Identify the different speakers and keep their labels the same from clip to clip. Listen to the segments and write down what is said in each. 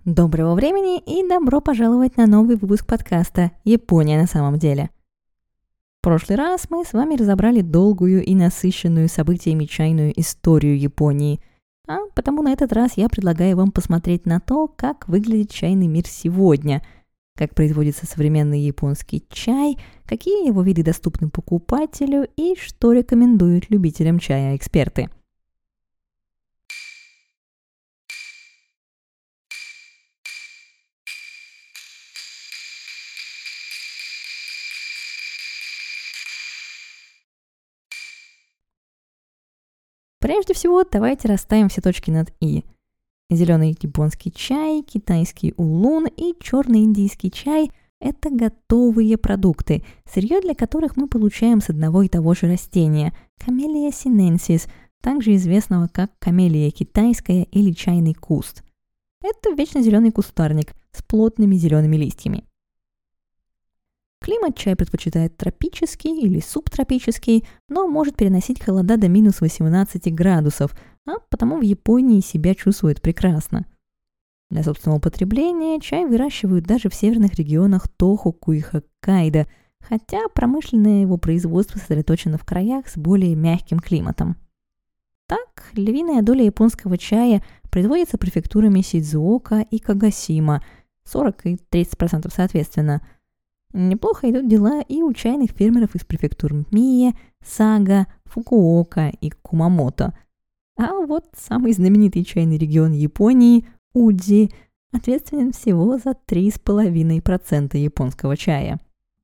Speaker 1: Доброго времени и добро пожаловать на новый выпуск подкаста «Япония на самом деле». В прошлый раз мы с вами разобрали долгую и насыщенную событиями чайную историю Японии, а потому на этот раз я предлагаю вам посмотреть на то, как выглядит чайный мир сегодня, как производится современный японский чай, какие его виды доступны покупателю и что рекомендуют любителям чая эксперты. Прежде всего, давайте расставим все точки над «и». Зеленый японский чай, китайский улун и черный индийский чай – это готовые продукты, сырье для которых мы получаем с одного и того же растения – Camellia sinensis, также известного как камелия китайская или чайный куст. Это вечно зеленый кустарник с плотными зелеными листьями. Климат чай предпочитает тропический или субтропический, но может переносить холода до минус 18 градусов, а потому в Японии себя чувствует прекрасно. Для собственного потребления чай выращивают даже в северных регионах Тохоку и Хоккайдо, хотя промышленное его производство сосредоточено в краях с более мягким климатом. Так, львиная доля японского чая производится префектурами Сидзуока и Кагасима, 40 и 30% соответственно. Неплохо идут дела и у чайных фермеров из префектур Мие, Сага, Фукуока и Кумамото. А вот самый знаменитый чайный регион Японии, Удзи, ответственен всего за 3,5% японского чая.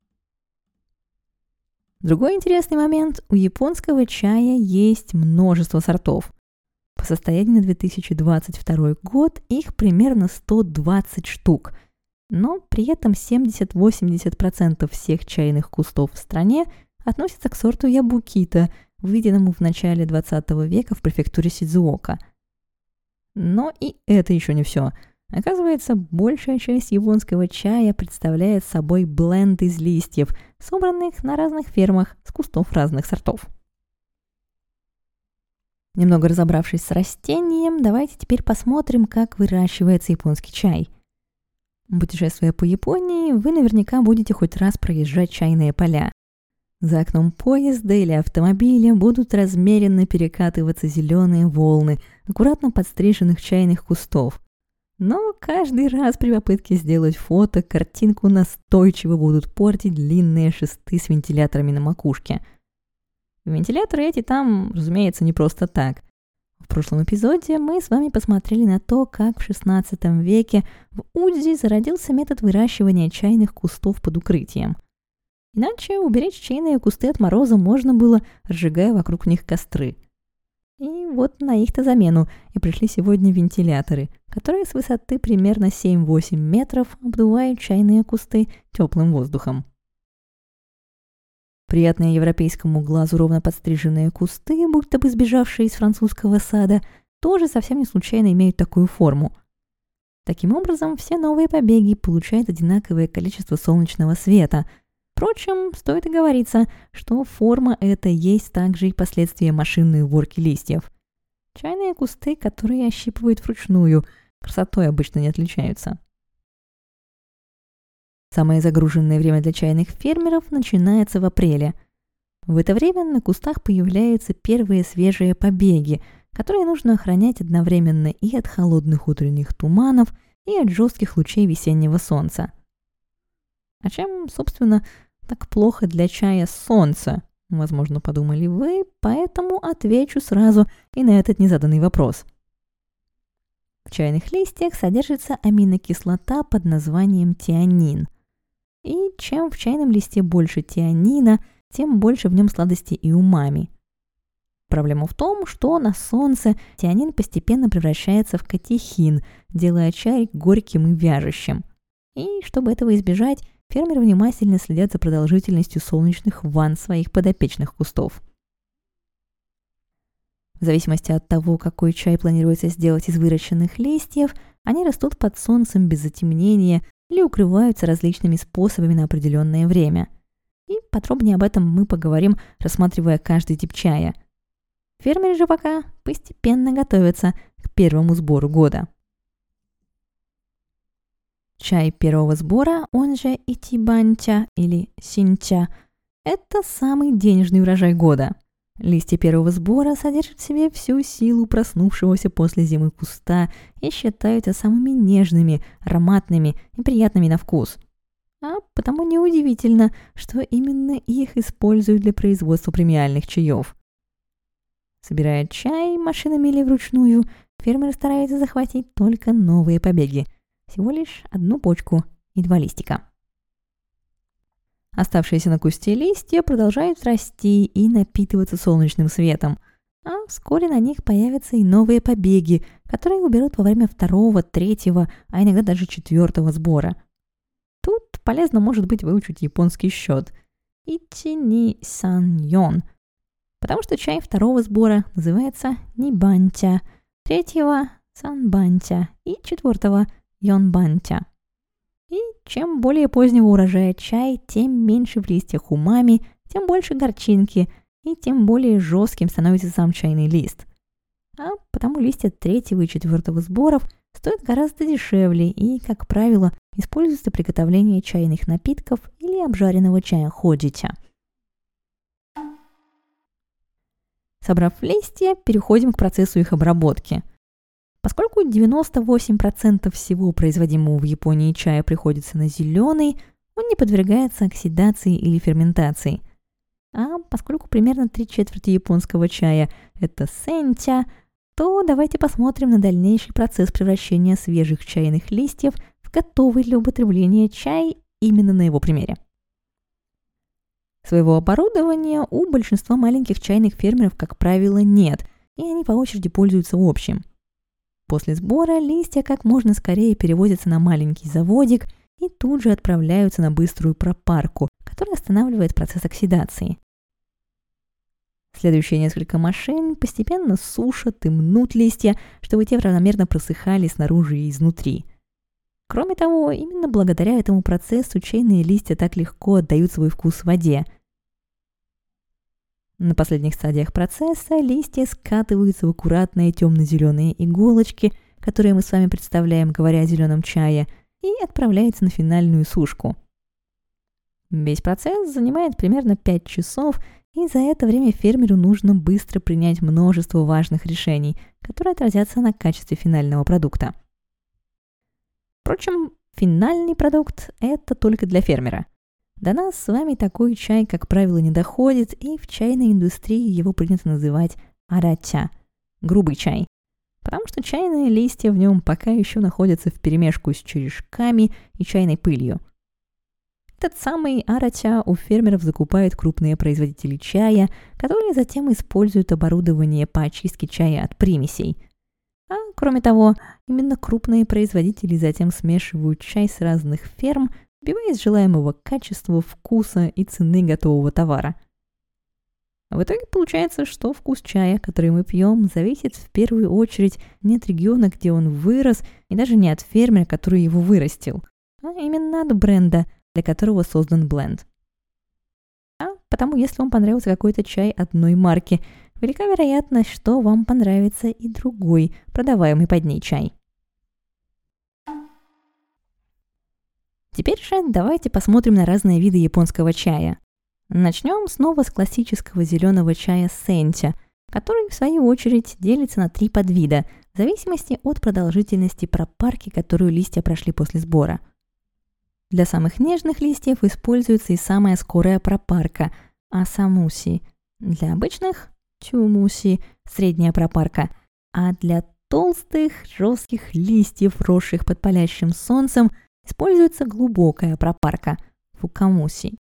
Speaker 1: Другой интересный момент – у японского чая есть множество сортов. По состоянию на 2022 год их примерно 120 штук. Но при этом 70-80% всех чайных кустов в стране относятся к сорту ябукита, выведенному в начале 20 века в префектуре Сидзуока. Но и это еще не все. Оказывается, большая часть японского чая представляет собой бленд из листьев, собранных на разных фермах с кустов разных сортов. Немного разобравшись с растением, давайте теперь посмотрим, как выращивается японский чай. Путешествуя по Японии, вы наверняка будете хоть раз проезжать чайные поля. За окном поезда или автомобиля будут размеренно перекатываться зеленые волны аккуратно подстриженных чайных кустов. Но каждый раз при попытке сделать фото картинку настойчиво будут портить длинные шесты с вентиляторами на макушке. Вентиляторы эти там, разумеется, не просто так. В прошлом эпизоде мы с вами посмотрели на то, как в XVI веке в Удзи зародился метод выращивания чайных кустов под укрытием. Иначе уберечь чайные кусты от мороза можно было, разжигая вокруг них костры. И вот на их-то замену и пришли сегодня вентиляторы, которые с высоты примерно 7-8 метров обдувают чайные кусты теплым воздухом. Приятные европейскому глазу ровно подстриженные кусты, будто бы сбежавшие из французского сада, тоже совсем не случайно имеют такую форму. Таким образом, все новые побеги получают одинаковое количество солнечного света. Впрочем, стоит оговориться, что форма эта есть также и последствия машинной уборки листьев. Чайные кусты, которые ощипывают вручную, красотой обычно не отличаются. Самое загруженное время для чайных фермеров начинается в апреле. В это время на кустах появляются первые свежие побеги, которые нужно охранять одновременно и от холодных утренних туманов, и от жестких лучей весеннего солнца. А чем, собственно, так плохо для чая солнце? Возможно, подумали вы, поэтому отвечу сразу и на этот незаданный вопрос. В чайных листьях содержится аминокислота под названием тианин. И чем в чайном листе больше тианина, тем больше в нем сладости и умами. Проблема в том, что на солнце тианин постепенно превращается в катехин, делая чай горьким и вяжущим. И чтобы этого избежать, фермеры внимательно следят за продолжительностью солнечных ванн своих подопечных кустов. В зависимости от того, какой чай планируется сделать из выращенных листьев, они растут под солнцем без затемнения или укрываются различными способами на определенное время. И подробнее об этом мы поговорим, рассматривая каждый тип чая. Фермеры же пока постепенно готовятся к первому сбору года. Чай первого сбора, он же итибанча или синча, это самый денежный урожай года. Листья первого сбора содержат в себе всю силу проснувшегося после зимы куста и считаются самыми нежными, ароматными и приятными на вкус. А потому неудивительно, что именно их используют для производства премиальных чаев. Собирая чай машинами или вручную, фермеры стараются захватить только новые побеги. Всего лишь одну почку и 2 листика. Оставшиеся на кусте листья продолжают расти и напитываться солнечным светом, а вскоре на них появятся и новые побеги, которые уберут во время 2-го, 3-го, а иногда даже 4-го сбора. Тут полезно может быть выучить японский счет ичи, ни, сан, йон, потому что чай 2-го сбора называется нибанча, 3-го санбанча и 4-го йонбанча. И чем более позднего урожая чай, тем меньше в листьях умами, тем больше горчинки, и тем более жестким становится сам чайный лист. А потому листья 3-го и 4-го сборов стоят гораздо дешевле и, как правило, используются для приготовления чайных напитков или обжаренного чая ходжича. Собрав листья, переходим к процессу их обработки. Поскольку 98% всего производимого в Японии чая приходится на зеленый, он не подвергается оксидации или ферментации. А поскольку примерно 3/4 японского чая – это сенча, то давайте посмотрим на дальнейший процесс превращения свежих чайных листьев в готовый для употребления чай именно на его примере. Своего оборудования у большинства маленьких чайных фермеров, как правило, нет, и они по очереди пользуются общим. После сбора листья как можно скорее перевозятся на маленький заводик и тут же отправляются на быструю пропарку, которая останавливает процесс оксидации. Следующие несколько машин постепенно сушат и мнут листья, чтобы те равномерно просыхали снаружи и изнутри. Кроме того, именно благодаря этому процессу чайные листья так легко отдают свой вкус в воде. На последних стадиях процесса листья скатываются в аккуратные темно-зеленые иголочки, которые мы с вами представляем, говоря о зеленом чае, и отправляются на финальную сушку. Весь процесс занимает примерно 5 часов, и за это время фермеру нужно быстро принять множество важных решений, которые отразятся на качестве финального продукта. Впрочем, финальный продукт – это только для фермера. До нас с вами такой чай, как правило, не доходит, и в чайной индустрии его принято называть арача – грубый чай, потому что чайные листья в нем пока еще находятся вперемешку с черешками и чайной пылью. Этот самый арача у фермеров закупают крупные производители чая, которые затем используют оборудование по очистке чая от примесей. А кроме того, именно крупные производители затем смешивают чай с разных ферм, добиваясь желаемого качества, вкуса и цены готового товара. В итоге получается, что вкус чая, который мы пьем, зависит в первую очередь не от региона, где он вырос, и даже не от фермера, который его вырастил, а именно от бренда, для которого создан бленд. А потому, если вам понравился какой-то чай одной марки, велика вероятность, что вам понравится и другой, продаваемый под ней чай. Теперь же давайте посмотрим на разные виды японского чая. Начнем снова с классического зеленого чая сенча, который, в свою очередь, делится на 3 подвида, в зависимости от продолжительности пропарки, которую листья прошли после сбора. Для самых нежных листьев используется и самая скорая пропарка – асамуси. Для обычных – чумуси – средняя пропарка. А для толстых, жестких листьев, росших под палящим солнцем, используется глубокая пропарка – фукамуси.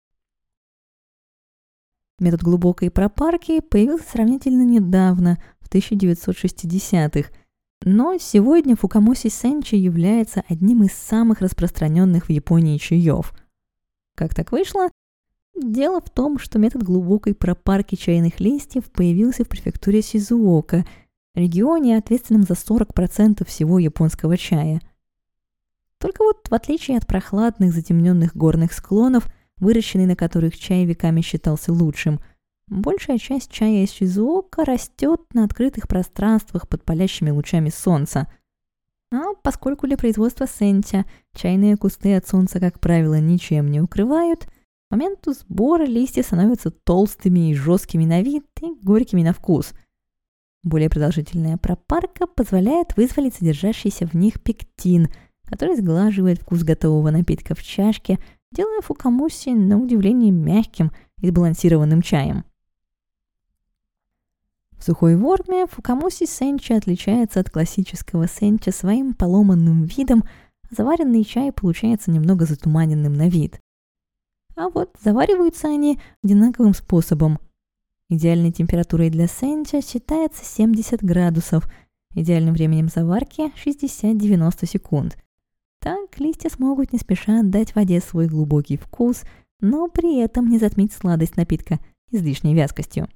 Speaker 1: Метод глубокой пропарки появился сравнительно недавно, в 1960-х, но сегодня фукамуси сенча является одним из самых распространенных в Японии чаев. Как так вышло? Дело в том, что метод глубокой пропарки чайных листьев появился в префектуре Сизуока, регионе, ответственном за 40% всего японского чая. Только вот в отличие от прохладных затемненных горных склонов, выращенный на которых чай веками считался лучшим, большая часть чая из Сизуока растет на открытых пространствах под палящими лучами солнца. А поскольку для производства сенча чайные кусты от солнца, как правило, ничем не укрывают, к моменту сбора листья становятся толстыми и жесткими на вид и горькими на вкус. Более продолжительная пропарка позволяет вызволить содержащийся в них пектин, который сглаживает вкус готового напитка в чашке, делая фукамуси на удивление мягким и сбалансированным чаем. В сухой форме фукамуси сенча отличается от классического сенча своим поломанным видом, а заваренный чай получается немного затуманенным на вид. А вот завариваются они одинаковым способом. Идеальной температурой для сенча считается 70 градусов, идеальным временем заварки 60-90 секунд. Так листья смогут не спеша отдать воде свой глубокий вкус, но при этом не затмить сладость напитка излишней вязкостью.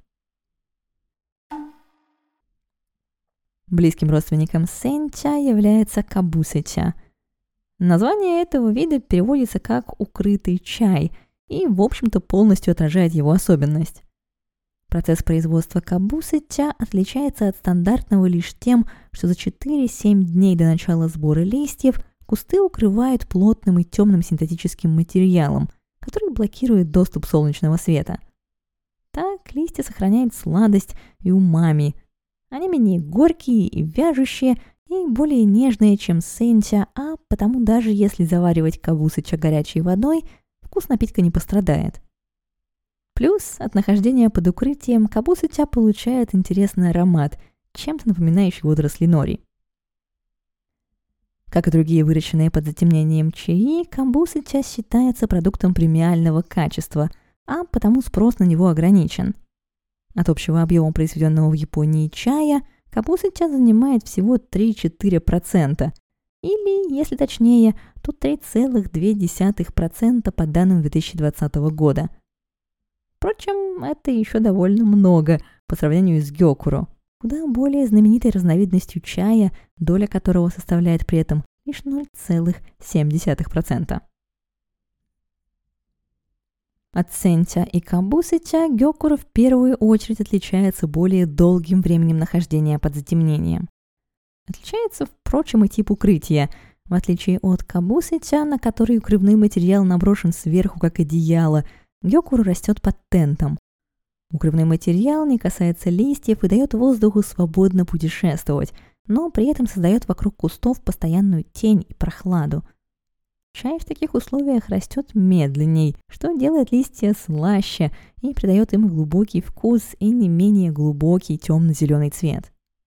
Speaker 1: Близким родственником сенча является кабусэ-ча. Название этого вида переводится как «укрытый чай» и, в общем-то, полностью отражает его особенность. Процесс производства кабусэ-ча отличается от стандартного лишь тем, что за 4-7 дней до начала сбора листьев кусты укрывают плотным и темным синтетическим материалом, который блокирует доступ солнечного света. Так листья сохраняют сладость и умами. Они менее горькие и вяжущие, и более нежные, чем сенча, а потому даже если заваривать кабусэ-ча горячей водой, вкус напитка не пострадает. Плюс от нахождения под укрытием кабусэ-ча получает интересный аромат, чем-то напоминающий водоросли нори. Как и другие выращенные под затемнением чаи, кабусэ-ча считается продуктом премиального качества, а потому спрос на него ограничен. От общего объема произведенного в Японии чая кабусэ-ча занимает всего 3-4%, или, если точнее, то 3,2% по данным 2020 года. Впрочем, это еще довольно много по сравнению с гёкуро, куда более знаменитой разновидностью чая, доля которого составляет при этом лишь 0,7%. От сенча и кабусэ-ча гёкуро в первую очередь отличается более долгим временем нахождения под затемнением. Отличается, впрочем, и тип укрытия. В отличие от кабусэ-ча, на который укрывной материал наброшен сверху как одеяло, гёкуро растет под тентом. Укрывной материал не касается листьев и дает воздуху свободно путешествовать, но при этом создает вокруг кустов постоянную тень и прохладу. Чай в таких условиях растет медленней, что делает листья слаще и придает им глубокий вкус и не менее глубокий темно-зеленый цвет.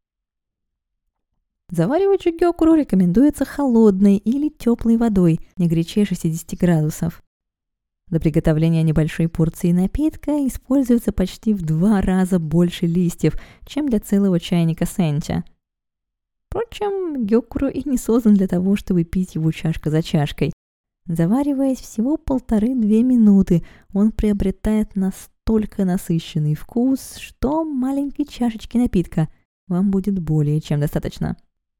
Speaker 1: Заваривать же гёкуро рекомендуется холодной или теплой водой, не горячее 60 градусов. Для приготовления небольшой порции напитка используется почти в 2 раза больше листьев, чем для целого чайника сенча. Впрочем, гёкуро и не создан для того, чтобы пить его чашка за чашкой. Завариваясь всего 1,5-2 минуты, он приобретает настолько насыщенный вкус, что маленькой чашечки напитка вам будет более чем достаточно.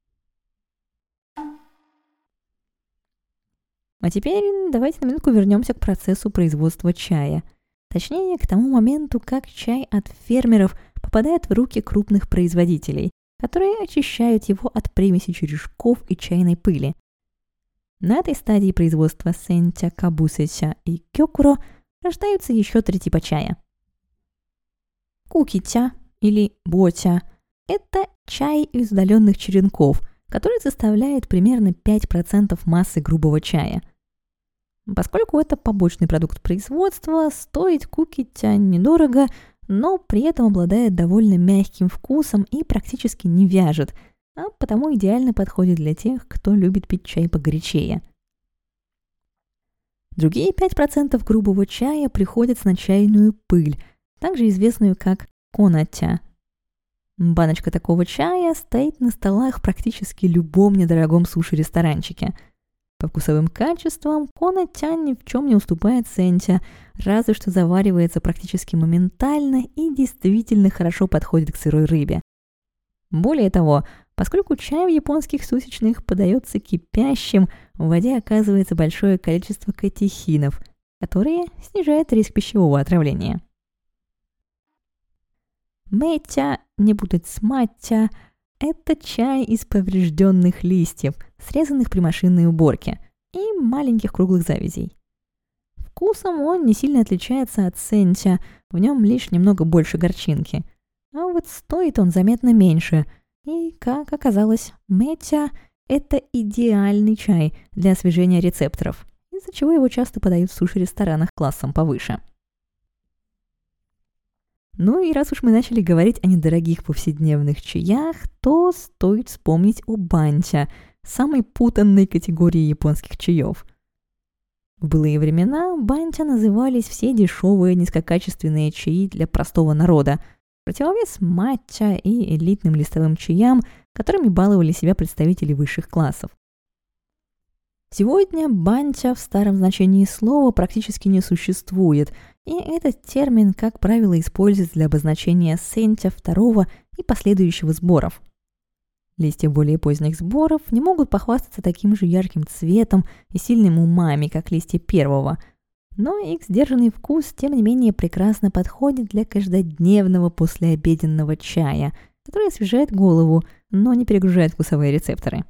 Speaker 1: А теперь давайте на минутку вернемся к процессу производства чая. Точнее, к тому моменту, как чай от фермеров попадает в руки крупных производителей, которые очищают его от примеси черешков и чайной пыли. На этой стадии производства сенча, кабусэ-ча и гёкуро рождаются еще 3 типа чая. Куки-ча или бо-ча – это чай из удаленных черенков, который составляет примерно 5% массы грубого чая. Поскольку это побочный продукт производства, стоит куки-ча недорого, но при этом обладает довольно мягким вкусом и практически не вяжет, а потому идеально подходит для тех, кто любит пить чай погорячее. Другие 5% грубого чая приходятся на чайную пыль, также известную как кона-ча. Баночка такого чая стоит на столах в практически любом недорогом суши-ресторанчике. По вкусовым качествам кона-ча ни в чем не уступает сенча, разве что заваривается практически моментально и действительно хорошо подходит к сырой рыбе. Более того, поскольку чай в японских сушичных подается кипящим, в воде оказывается большое количество катехинов, которые снижают риск пищевого отравления. Мэтча, не путать с матча, Это чай из поврежденных листьев, срезанных при машинной уборке, и маленьких круглых завязей. Вкусом он не сильно отличается от сенча, в нем лишь немного больше горчинки. А вот стоит он заметно меньше. И, как оказалось, мэтча – это идеальный чай для освежения рецепторов, из-за чего его часто подают в суши-ресторанах классом повыше. Ну и раз уж мы начали говорить о недорогих повседневных чаях, то стоит вспомнить о банча, самой путанной категории японских чаев. В былые времена банча назывались все дешевые низкокачественные чаи для простого народа, противовес матча и элитным листовым чаям, которыми баловали себя представители высших классов. Сегодня банча в старом значении слова практически не существует, и этот термин, как правило, используется для обозначения сенча второго и последующего сборов. Листья более поздних сборов не могут похвастаться таким же ярким цветом и сильным умами, как листья первого, но их сдержанный вкус, тем не менее, прекрасно подходит для каждодневного послеобеденного чая, который освежает голову, но не перегружает вкусовые рецепторы.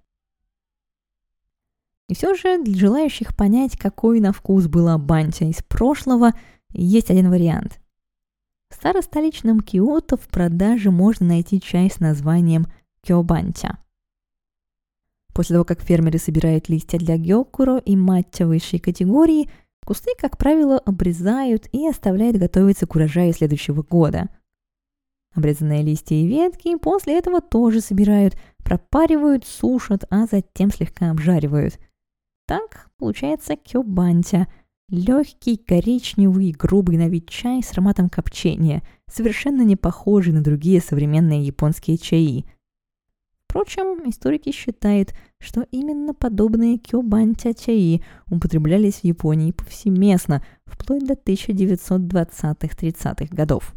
Speaker 1: И все же для желающих понять, какой на вкус была банча из прошлого, есть один вариант. В старостоличном Киото в продаже можно найти чай с названием кёбанча. После того, как фермеры собирают листья для гёкуро и матча высшей категории, кусты, как правило, обрезают и оставляют готовиться к урожаю следующего года. Обрезанные листья и ветки после этого тоже собирают, пропаривают, сушат, а затем слегка обжаривают. Так получается кёбанча – легкий, коричневый, грубый на вид чай с ароматом копчения, совершенно не похожий на другие современные японские чаи. Впрочем, историки считают, что именно подобные кёбанча чаи употреблялись в Японии повсеместно, вплоть до 1920-30-х годов.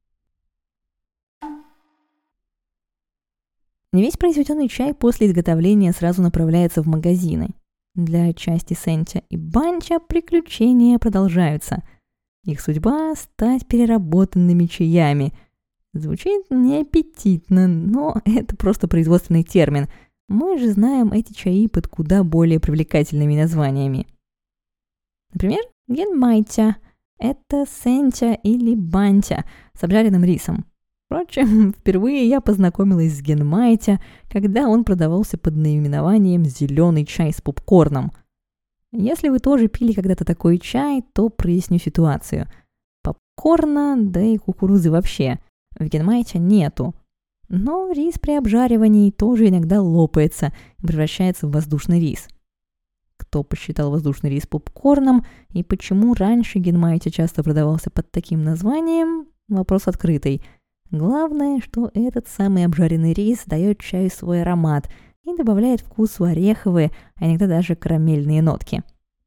Speaker 1: Не весь произведенный чай после изготовления сразу направляется в магазины. Для части сенча и банча приключения продолжаются. Их судьба – стать переработанными чаями. Звучит неаппетитно, но это просто производственный термин. Мы же знаем эти чаи под куда более привлекательными названиями. Например, генмайча – это сенча или банча с обжаренным рисом. Впрочем, впервые я познакомилась с генмайча, когда он продавался под наименованием «зеленый чай с попкорном». Если вы тоже пили когда-то такой чай, то проясню ситуацию. Попкорна, да и кукурузы вообще, в генмайча нету. Но рис при обжаривании тоже иногда лопается и превращается в воздушный рис. Кто посчитал воздушный рис попкорном и почему раньше генмайча часто продавался под таким названием – вопрос открытый. Главное, что этот самый обжаренный рис дает чаю свой аромат и добавляет вкусу ореховые, а иногда даже карамельные нотки.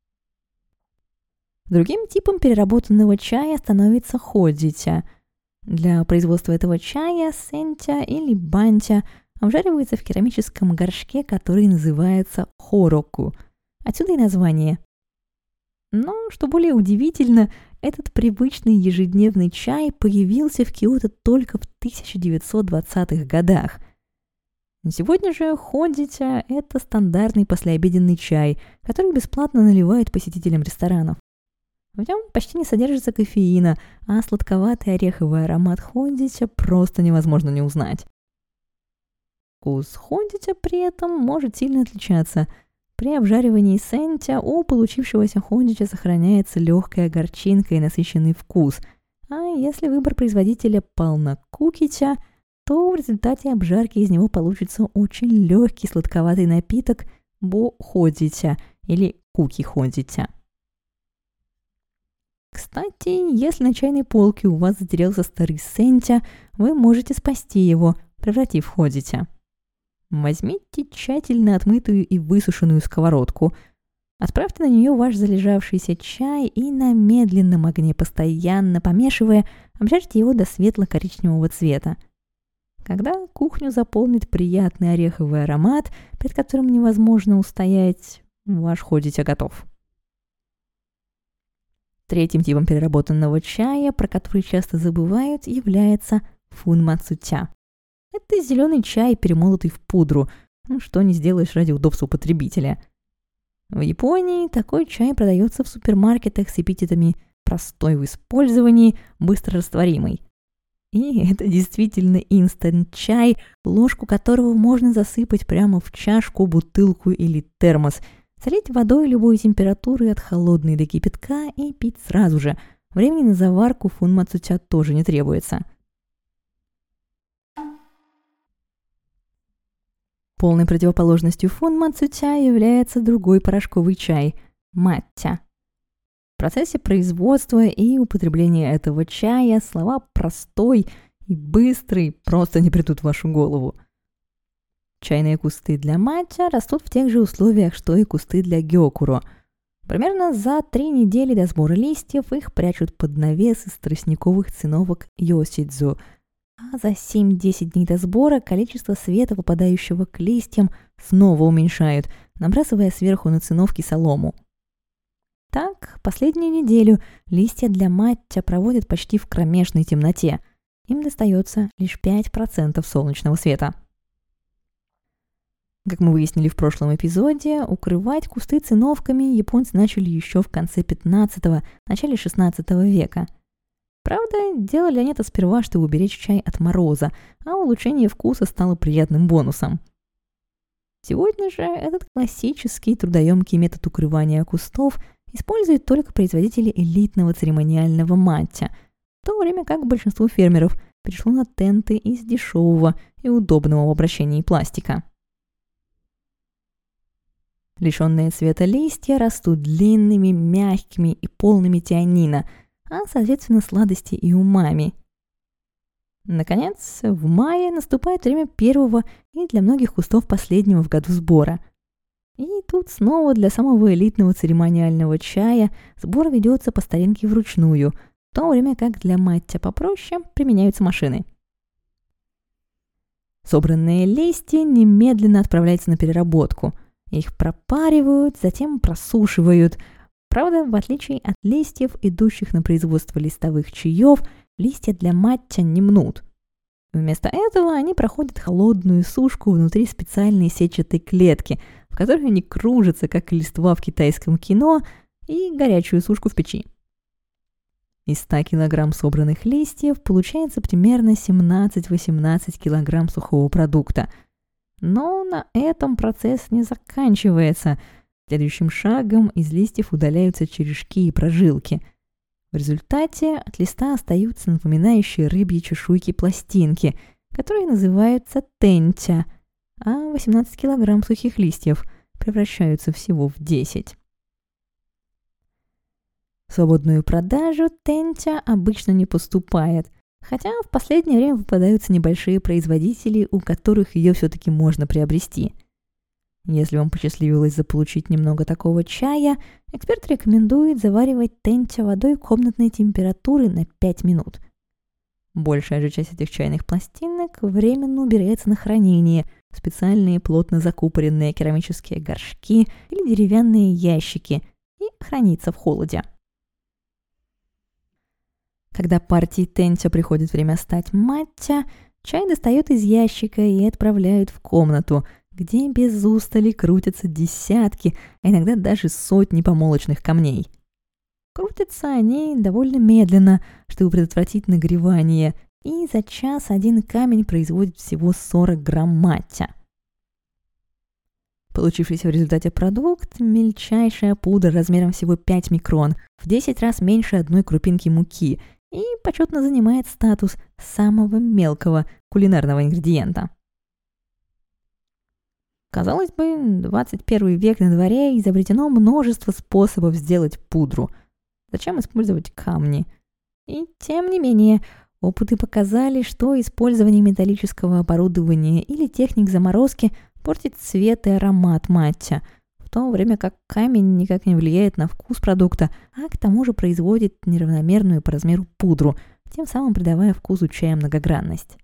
Speaker 1: Другим типом переработанного чая становится ходзича. Для производства этого чая сенча или банча обжаривается в керамическом горшке, который называется хороку. Отсюда и название. Но, что более удивительно, этот привычный ежедневный чай появился в Киото только в 1920-х годах. Сегодня же ходзича – это стандартный послеобеденный чай, который бесплатно наливают посетителям ресторанов. В нем почти не содержится кофеина, а сладковатый ореховый аромат ходзича просто невозможно не узнать. Вкус ходзича при этом может сильно отличаться. При обжаривании сенча у получившегося ходзича сохраняется легкая горчинка и насыщенный вкус, а если выбор производителя пал на кукича, то в результате обжарки из него получится очень легкий сладковатый напиток бо-ходзича или куки-ходзича. Кстати, если на чайной полке у вас затерялся старый сенча, вы можете спасти его, превратив в ходзича. Возьмите тщательно отмытую и высушенную сковородку, отправьте на нее ваш залежавшийся чай и на медленном огне, постоянно помешивая, обжарьте его до светло-коричневого цвета. Когда кухню заполнит приятный ореховый аромат, перед которым невозможно устоять, ваш ходзича готов. Третьим типом переработанного чая, про который часто забывают, является фунмацуча. Это зеленый чай, перемолотый в пудру. Что не сделаешь ради удобства потребителя. В Японии такой чай продается в супермаркетах с эпитетами «простой в использовании», «быстро растворимый». И это действительно инстант-чай, ложку которого можно засыпать прямо в чашку, бутылку или термос, солить водой любой температуры от холодной до кипятка и пить сразу же. Времени на заварку фунмацу-ча тоже не требуется. Полной противоположностью фунмацу-ча является другой порошковый чай – маття. В процессе производства и употребления этого чая слова «простой» и «быстрый» просто не придут в вашу голову. Чайные кусты для маття растут в тех же условиях, что и кусты для гёкуро. Примерно за 3 недели до сбора листьев их прячут под навес из тростниковых циновок йосидзу, а за 7-10 дней до сбора количество света, попадающего к листьям, снова уменьшают, набрасывая сверху на циновки солому. Так, последнюю неделю листья для маття проводят почти в кромешной темноте. Им достается лишь 5% солнечного света. Как мы выяснили в прошлом эпизоде, укрывать кусты циновками японцы начали еще в конце 15-го, начале 16 века. Правда, делали они это сперва, чтобы уберечь чай от мороза, а улучшение вкуса стало приятным бонусом. Сегодня же этот классический трудоемкий метод укрывания кустов используют только производители элитного церемониального маття, в то время как большинство фермеров перешло на тенты из дешевого и удобного в обращении пластика. Лишенные цвета листья растут длинными, мягкими и полными тианина, а соответственно сладости и умами. Наконец, в мае наступает время первого и для многих кустов последнего в году сбора. И тут снова для самого элитного церемониального чая сбор ведется по старинке вручную, в то время как для маття попроще применяются машины. Собранные листья немедленно отправляются на переработку. Их пропаривают, затем просушивают. Правда, в отличие от листьев, идущих на производство листовых чаев, листья для маття не мнут. Вместо этого они проходят холодную сушку внутри специальной сетчатой клетки, в которой они кружатся, как листва в китайском кино, и горячую сушку в печи. Из 100 кг собранных листьев получается примерно 17-18 кг сухого продукта. Но на этом процесс не заканчивается. Следующим шагом из листьев удаляются черешки и прожилки. В результате от листа остаются напоминающие рыбьи чешуйки пластинки, которые называются тентя, а 18 кг сухих листьев превращаются всего в 10. В свободную продажу тентя обычно не поступает, хотя в последнее время попадаются небольшие производители, у которых ее все-таки можно приобрести. Если вам посчастливилось заполучить немного такого чая, эксперт рекомендует заваривать тентя водой комнатной температуры на 5 минут. Большая же часть этих чайных пластинок временно убирается на хранение в специальные плотно закупоренные керамические горшки или деревянные ящики и хранится в холоде. Когда партии тентя приходит время стать маття, чай достают из ящика и отправляют в комнату, где без устали крутятся десятки, а иногда даже сотни помолочных камней. Крутятся они довольно медленно, чтобы предотвратить нагревание, и за час один камень производит всего 40 грамм маття. Получившийся в результате продукт – мельчайшая пудра размером всего 5 микрон, в 10 раз меньше одной крупинки муки, и почетно занимает статус самого мелкого кулинарного ингредиента. Казалось бы, 21 век на дворе, изобретено множество способов сделать пудру. Зачем использовать камни? И тем не менее, опыты показали, что использование металлического оборудования или техник заморозки портит цвет и аромат маття, в то время как камень никак не влияет на вкус продукта, а к тому же производит неравномерную по размеру пудру, тем самым придавая вкусу чая многогранность.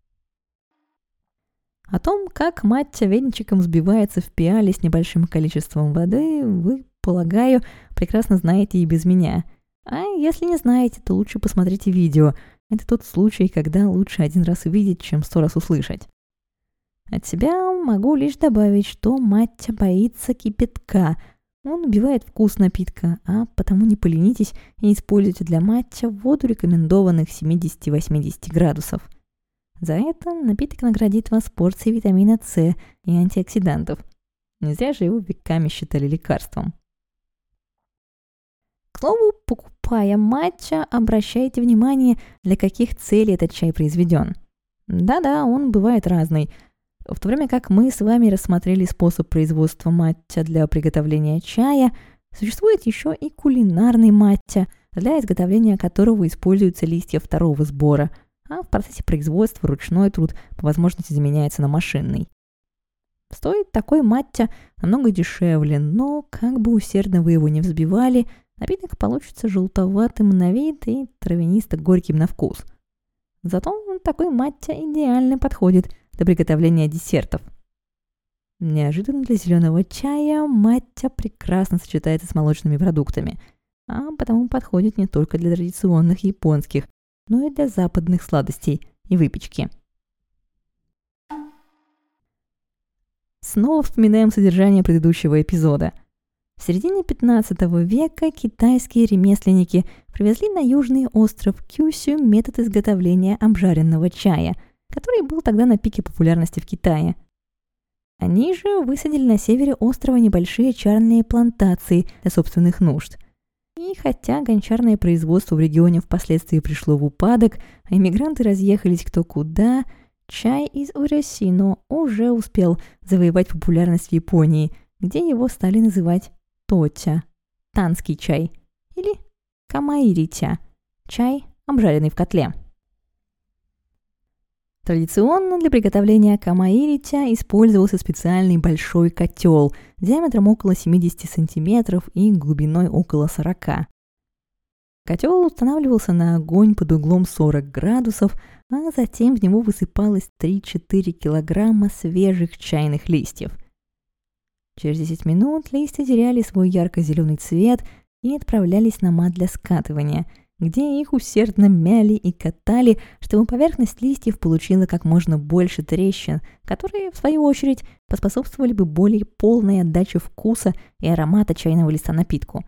Speaker 1: О том, как маття венчиком взбивается в пиале с небольшим количеством воды, вы, полагаю, прекрасно знаете и без меня. А если не знаете, то лучше посмотрите видео. Это тот случай, когда лучше один раз увидеть, чем 100 раз услышать. От себя могу лишь добавить, что маття боится кипятка. Он убивает вкус напитка, а потому не поленитесь и используйте для маття воду рекомендованных 70-80 градусов. За это напиток наградит вас порцией витамина С и антиоксидантов. Не зря же его веками считали лекарством. К слову, покупая маття, обращайте внимание, для каких целей этот чай произведен. Да-да, он бывает разный. В то время как мы с вами рассмотрели способ производства маття для приготовления чая, существует еще и кулинарный маття, для изготовления которого используются листья второго сбора, а в процессе производства ручной труд по возможности заменяется на машинный. Стоит такой маття намного дешевле, но как бы усердно вы его не взбивали, напиток получится желтоватым на вид и травянисто-горьким на вкус. Зато такой маття идеально подходит для приготовления десертов. Неожиданно для зеленого чая маття прекрасно сочетается с молочными продуктами, а потому подходит не только для традиционных японских, но и для западных сладостей и выпечки. Снова вспоминаем содержание предыдущего эпизода. В середине 15 века китайские ремесленники привезли на южный остров Кюсю метод изготовления обжаренного чая, который был тогда на пике популярности в Китае. Они же высадили на севере острова небольшие чайные плантации для собственных нужд. И хотя гончарное производство в регионе впоследствии пришло в упадок, а иммигранты разъехались кто куда, чай из Урасино уже успел завоевать популярность в Японии, где его стали называть тотя, танский чай, или камаирича, чай, обжаренный в котле. Традиционно для приготовления камаирича использовался специальный большой котел диаметром около 70 см и глубиной около 40. Котел устанавливался на огонь под углом 40 градусов, а затем в него высыпалось 3-4 килограмма свежих чайных листьев. Через 10 минут листья теряли свой ярко-зеленый цвет и отправлялись на мат для скатывания, где их усердно мяли и катали, чтобы поверхность листьев получила как можно больше трещин, которые, в свою очередь, поспособствовали бы более полной отдаче вкуса и аромата чайного листа напитку.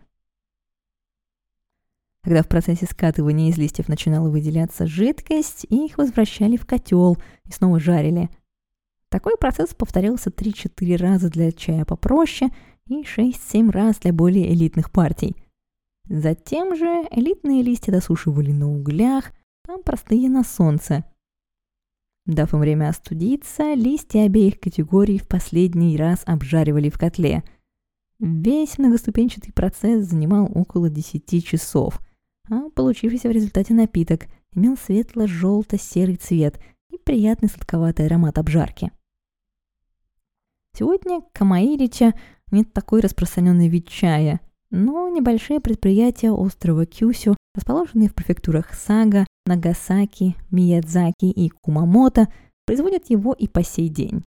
Speaker 1: Когда в процессе скатывания из листьев начинала выделяться жидкость, их возвращали в котел и снова жарили. Такой процесс повторялся 3-4 раза для чая попроще и 6-7 раз для более элитных партий. Затем же элитные листья досушивали на углях, а простые на солнце. Дав им время остудиться, листья обеих категорий в последний раз обжаривали в котле. Весь многоступенчатый процесс занимал около 10 часов, а получившийся в результате напиток имел светло-желто-серый цвет и приятный сладковатый аромат обжарки. Сегодня камаирича не такой распространенный вид чая, но небольшие предприятия острова Кюсю, расположенные в префектурах Сага, Нагасаки, Миядзаки и Кумамото, производят его и по сей день.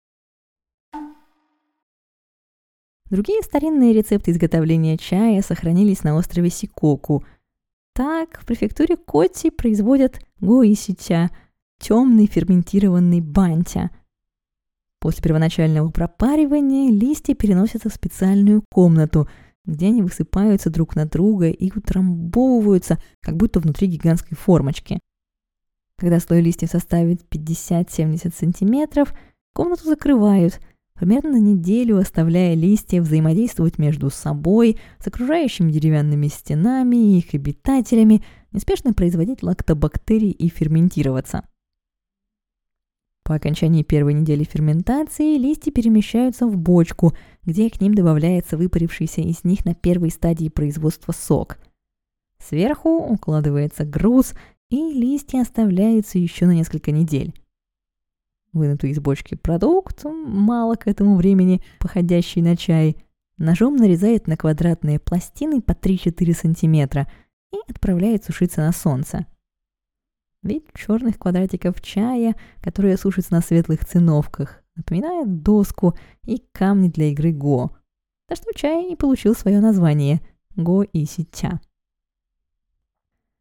Speaker 1: Другие старинные рецепты изготовления чая сохранились на острове Сикоку. Так, в префектуре Коти производят гоисича, темный ферментированный бантя. После первоначального пропаривания листья переносятся в специальную комнату, где они высыпаются друг на друга и утрамбовываются, как будто внутри гигантской формочки. Когда слой листьев составит 50-70 сантиметров, комнату закрывают, примерно на неделю оставляя листья взаимодействовать между собой, с окружающими деревянными стенами и их обитателями, неспешно производить лактобактерии и ферментироваться. По окончании первой недели ферментации листья перемещаются в бочку, где к ним добавляется выпарившийся из них на первой стадии производства сок. Сверху укладывается груз, и листья оставляются еще на несколько недель. Вынутый из бочки продукт, мало к этому времени походящий на чай, ножом нарезает на квадратные пластины по 3-4 сантиметра и отправляет сушиться на солнце. Вид черных квадратиков чая, которые сушатся на светлых циновках, напоминает доску и камни для игры го, за что чай и получил свое название – го-исича.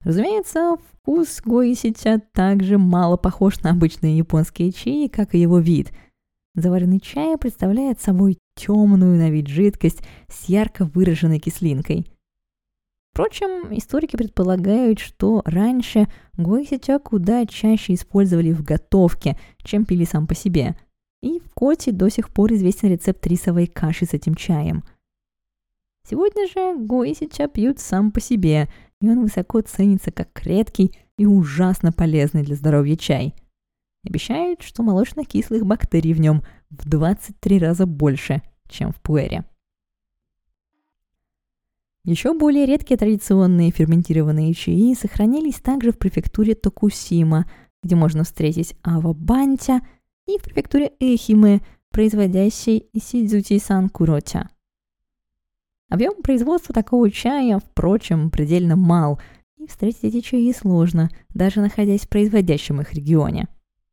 Speaker 1: Разумеется, вкус гоисича также мало похож на обычные японские чаи, как и его вид. Заваренный чай представляет собой темную на вид жидкость с ярко выраженной кислинкой. Впрочем, историки предполагают, что раньше гоисича куда чаще использовали в готовке, чем пили сам по себе. И в Коте до сих пор известен рецепт рисовой каши с этим чаем. Сегодня же гоисича пьют сам по себе, и он высоко ценится как редкий и ужасно полезный для здоровья чай. Обещают, что молочно-кислых бактерий в нем в 23 раза больше, чем в пуэре. Еще более редкие традиционные ферментированные чаи сохранились также в префектуре Токусима, где можно встретить ава-бантя, и в префектуре Эхиме, производящей сидзути-сан куроча. Объем производства такого чая, впрочем, предельно мал, и встретить эти чаи сложно, даже находясь в производящем их регионе.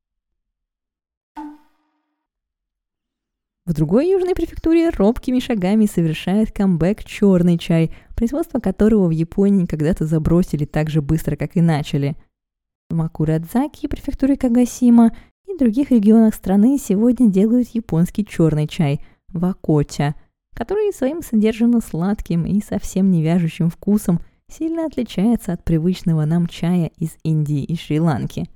Speaker 1: В другой южной префектуре робкими шагами совершает камбэк черный чай, производство которого в Японии когда-то забросили так же быстро, как и начали. В Макурадзаки, префектуре Кагасима и других регионах страны сегодня делают японский черный чай – вакоча, который своим содержанно-сладким и совсем не вяжущим вкусом сильно отличается от привычного нам чая из Индии и Шри-Ланки.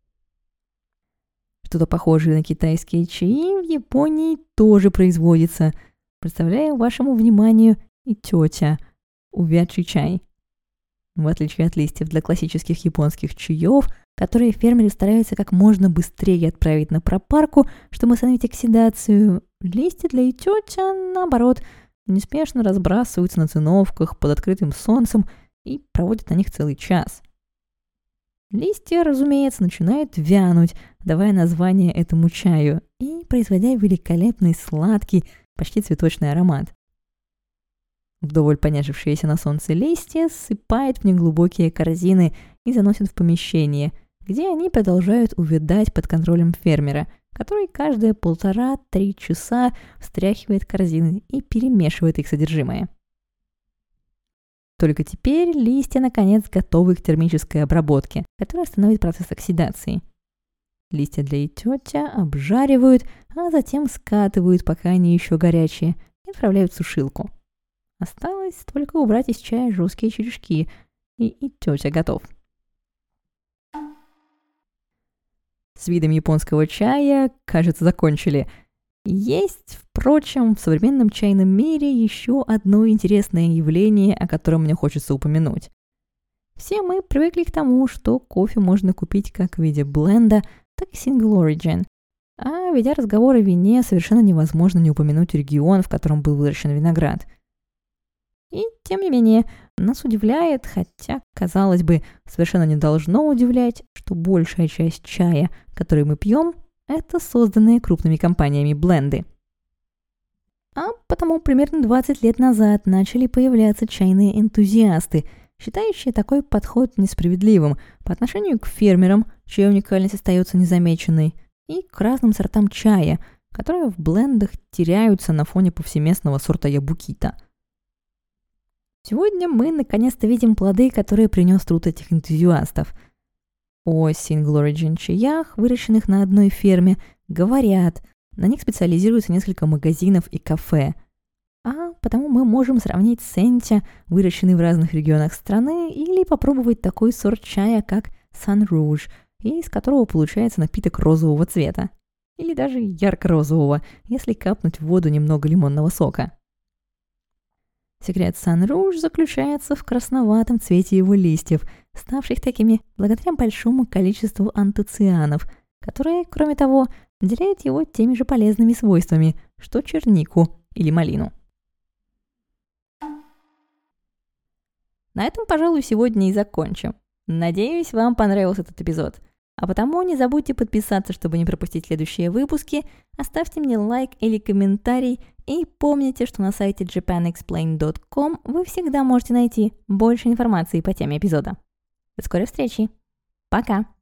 Speaker 1: Что-то похожее на китайские чаи в Японии тоже производится. Представляю вашему вниманию и тетя – увядший чай. В отличие от листьев для классических японских чаев, которые фермеры стараются как можно быстрее отправить на пропарку, чтобы остановить оксидацию, листья для итёча, наоборот, неспешно разбрасываются на циновках под открытым солнцем и проводят на них целый час. Листья, разумеется, начинают вянуть, давая название этому чаю и производя великолепный сладкий, почти цветочный аромат. Вдоволь понежившиеся на солнце листья ссыпают в неглубокие корзины и заносят в помещение, где они продолжают увядать под контролем фермера, который каждые 1,5-3 часа встряхивает корзины и перемешивает их содержимое. Только теперь листья, наконец, готовы к термической обработке, которая остановит процесс оксидации. Листья для итёча обжаривают, а затем скатывают, пока они еще горячие, и отправляют в сушилку. Осталось только убрать из чая жесткие черешки, и итёча готов. С видом японского чая, кажется, закончили. Есть, впрочем, в современном чайном мире еще одно интересное явление, о котором мне хочется упомянуть. Все мы привыкли к тому, что кофе можно купить как в виде бленда, так и single origin. А ведя разговор о вине, совершенно невозможно не упомянуть регион, в котором был выращен виноград. И, тем не менее, нас удивляет, хотя, казалось бы, совершенно не должно удивлять, что большая часть чая, который мы пьем, это созданные крупными компаниями бленды. А потому примерно 20 лет назад начали появляться чайные энтузиасты, считающие такой подход несправедливым по отношению к фермерам, чья уникальность остается незамеченной, и к разным сортам чая, которые в блендах теряются на фоне повсеместного сорта ябукита. Сегодня мы наконец-то видим плоды, которые принес труд этих энтузиастов. О single origin чаях, выращенных на одной ферме, говорят, на них специализируются несколько магазинов и кафе. А потому мы можем сравнить сенча, выращенный в разных регионах страны, или попробовать такой сорт чая, как Сан Руж, из которого получается напиток розового цвета. Или даже ярко-розового, если капнуть в воду немного лимонного сока. Секрет Сан Руж заключается в красноватом цвете его листьев, ставших такими благодаря большому количеству антоцианов, которые, кроме того, наделяют его теми же полезными свойствами, что чернику или малину. На этом, пожалуй, сегодня и закончим. Надеюсь, вам понравился этот эпизод. А потому не забудьте подписаться, чтобы не пропустить следующие выпуски, оставьте мне лайк или комментарий, и помните, что на сайте japanexplained.com вы всегда можете найти больше информации по теме эпизода. До скорой встречи. Пока!